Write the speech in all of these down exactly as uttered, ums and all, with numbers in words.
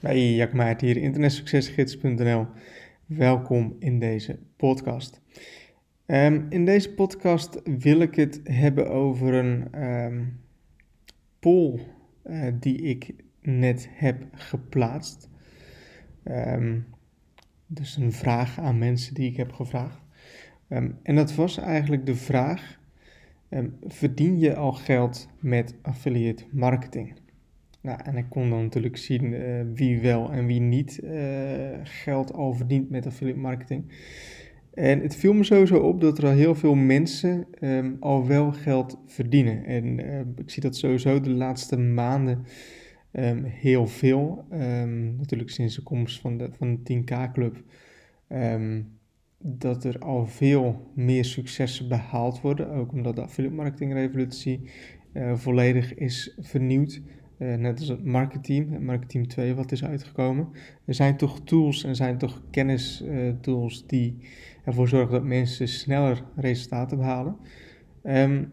Hey, Jack Maart hier, internetsuccesgids punt n l. Welkom in deze podcast. Um, in deze podcast wil ik het hebben over een um, poll uh, die ik net heb geplaatst. Um, dus een vraag aan mensen die ik heb gevraagd. Um, en dat was eigenlijk de vraag, um, verdien je al geld met affiliate marketing? Nou, en ik kon dan natuurlijk zien uh, wie wel en wie niet uh, geld al verdient met affiliate marketing. En het viel me sowieso op dat er al heel veel mensen um, al wel geld verdienen. En uh, ik zie dat sowieso de laatste maanden um, heel veel. Um, natuurlijk sinds de komst van de, van de tien K Club. Um, dat er al veel meer successen behaald worden. Ook omdat de affiliate marketing revolutie uh, volledig is vernieuwd. Uh, net als het marketeam, het marketeam twee wat is uitgekomen. Er zijn toch tools en zijn toch kennistools uh, die ervoor zorgen dat mensen sneller resultaten behalen. Um,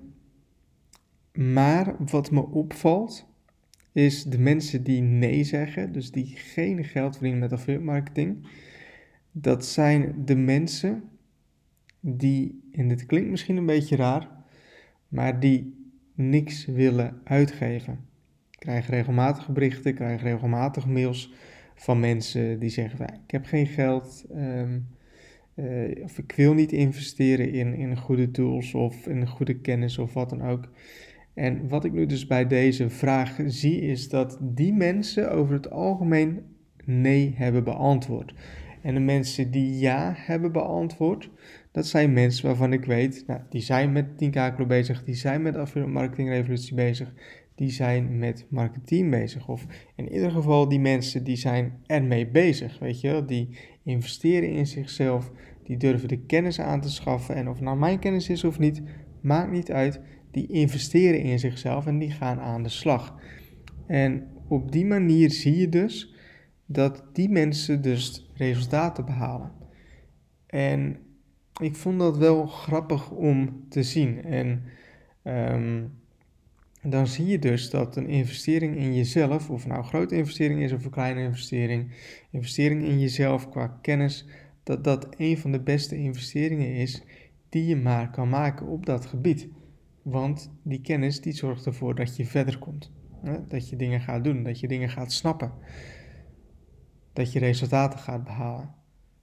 maar wat me opvalt is de mensen die nee zeggen, dus die geen geld verdienen met affiliate marketing. Dat zijn de mensen die, en dit klinkt misschien een beetje raar, maar die niks willen uitgeven. Ik krijg regelmatig berichten, ik krijg regelmatig mails van mensen die zeggen, ik heb geen geld, um, uh, of ik wil niet investeren in, in goede tools of in goede kennis of wat dan ook. En wat ik nu dus bij deze vraag zie is dat die mensen over het algemeen nee hebben beantwoord. En de mensen die ja hebben beantwoord, dat zijn mensen waarvan ik weet, nou, die zijn met tien K Club bezig, die zijn met affiliate marketing revolutie bezig, die zijn met marketing bezig. Of in ieder geval die mensen die zijn ermee bezig, weet je wel. Die investeren in zichzelf, die durven de kennis aan te schaffen. En of het nou mijn kennis is of niet, maakt niet uit. Die investeren in zichzelf en die gaan aan de slag. En op die manier zie je dus dat die mensen dus resultaten behalen. En ik vond dat wel grappig om te zien. En um, dan zie je dus dat een investering in jezelf, of het nou een grote investering is of een kleine investering, investering in jezelf qua kennis, dat dat een van de beste investeringen is die je maar kan maken op dat gebied. Want die kennis die zorgt ervoor dat je verder komt. Hè? Dat je dingen gaat doen, dat je dingen gaat snappen. Dat je resultaten gaat behalen.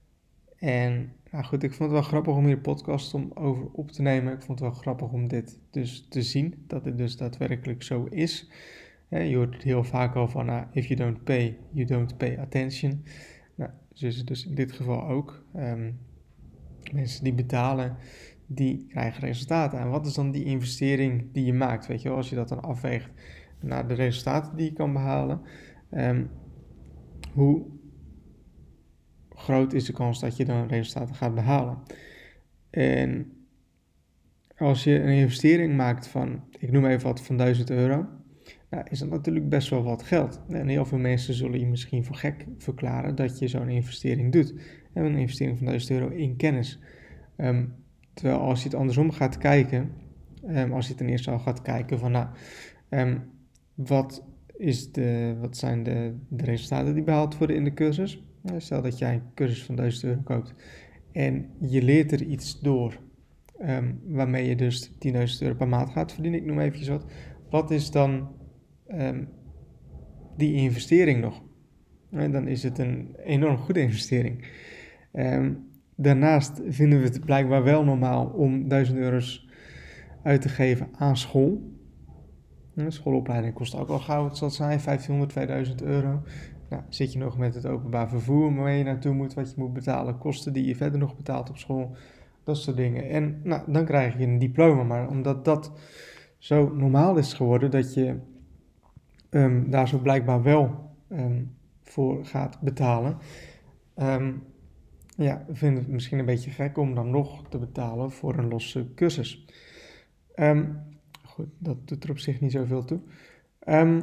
En nou goed, ik vond het wel grappig om hier een podcast om over op te nemen. Ik vond het wel grappig om dit dus te zien, dat het dus daadwerkelijk zo is. Je hoort het heel vaak al van, uh, if you don't pay, you don't pay attention. Nou, zo is het dus in dit geval ook. Um, mensen die betalen, die krijgen resultaten. En wat is dan die investering die je maakt? Weet je wel, als je dat dan afweegt naar de resultaten die je kan behalen. Um, hoe groot is de kans dat je dan resultaten gaat behalen? En als je een investering maakt van, ik noem even wat, van duizend euro, nou, is dat natuurlijk best wel wat geld. En heel veel mensen zullen je misschien voor gek verklaren dat je zo'n investering doet. En een investering van duizend euro in kennis. Um, terwijl als je het andersom gaat kijken, um, als je ten eerste al gaat kijken van, nou, um, wat, is de, wat zijn de, de resultaten die behaald worden in de cursus? Nou, stel dat jij een cursus van duizend euro koopt en je leert er iets door, um, waarmee je dus tienduizend euro per maand gaat verdienen, ik noem eventjes wat. Wat is dan um, die investering nog? En dan is het een enorm goede investering. Um, Daarnaast vinden we het blijkbaar wel normaal om duizend euro's uit te geven aan school. Een schoolopleiding kost ook al gauw, het zal zijn, vijftienhonderd, tweeduizend euro. Nou, zit je nog met het openbaar vervoer waarmee je naartoe moet, wat je moet betalen, kosten die je verder nog betaalt op school, dat soort dingen. En nou, dan krijg je een diploma, maar omdat dat zo normaal is geworden dat je um, daar zo blijkbaar wel um, voor gaat betalen, um, ja, vind het misschien een beetje gek om dan nog te betalen voor een losse cursus. Um, goed, dat doet er op zich niet zoveel toe. Um,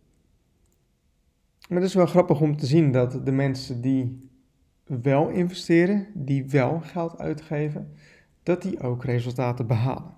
maar het is wel grappig om te zien dat de mensen die wel investeren, die wel geld uitgeven, dat die ook resultaten behalen.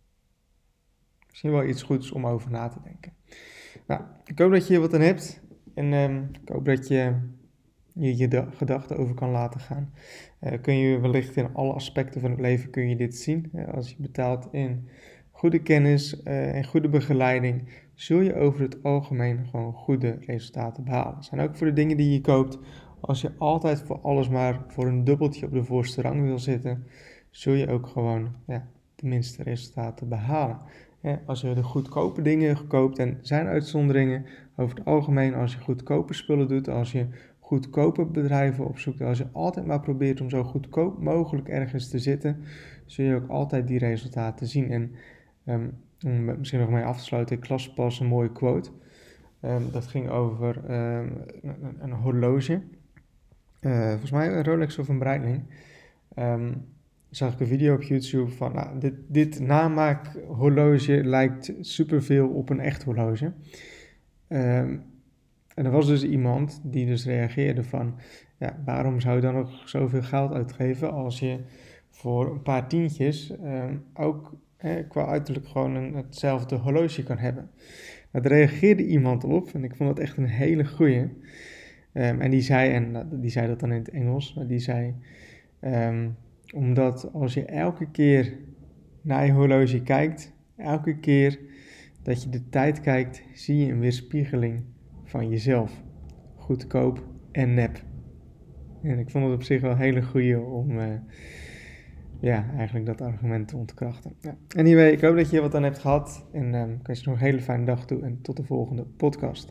Misschien wel iets goeds om over na te denken. Nou, ik hoop dat je hier wat aan hebt. En um, ik hoop dat je je, je de, gedachten over kan laten gaan. Uh, kun je wellicht in alle aspecten van het leven kun je dit zien. Uh, als je betaalt in goede kennis uh, en goede begeleiding, zul je over het algemeen gewoon goede resultaten behalen. Dat zijn ook voor de dingen die je koopt. Als je altijd voor alles maar voor een dubbeltje op de voorste rang wil zitten, zul je ook gewoon ja, de minste resultaten behalen. Ja, als je de goedkope dingen koopt, en er zijn uitzonderingen, over het algemeen als je goedkope spullen doet, als je goedkope bedrijven opzoekt, als je altijd maar probeert om zo goedkoop mogelijk ergens te zitten, zul je ook altijd die resultaten zien. En um, om misschien nog mee af te sluiten, ik las pas een mooie quote. Um, dat ging over um, een, een horloge. Uh, volgens mij een Rolex of een Breitling. Um, zag ik een video op YouTube van, nou, dit, dit namaakhorloge lijkt superveel op een echt horloge. Um, en er was dus iemand die dus reageerde van, ja, waarom zou je dan nog zoveel geld uitgeven als je voor een paar tientjes um, ook eh, qua uiterlijk gewoon een, hetzelfde horloge kan hebben. Nou, daar reageerde iemand op en ik vond het echt een hele goeie. Um, en die zei, en die zei dat dan in het Engels, maar die zei, um, omdat als je elke keer naar je horloge kijkt, elke keer dat je de tijd kijkt, zie je een weerspiegeling van jezelf. Goedkoop en nep. En ik vond het op zich wel een hele goeie om uh, ja, eigenlijk dat argument te ontkrachten. Ja. Anyway, ik hoop dat je wat aan hebt gehad en um, ik wens je nog een hele fijne dag toe en tot de volgende podcast.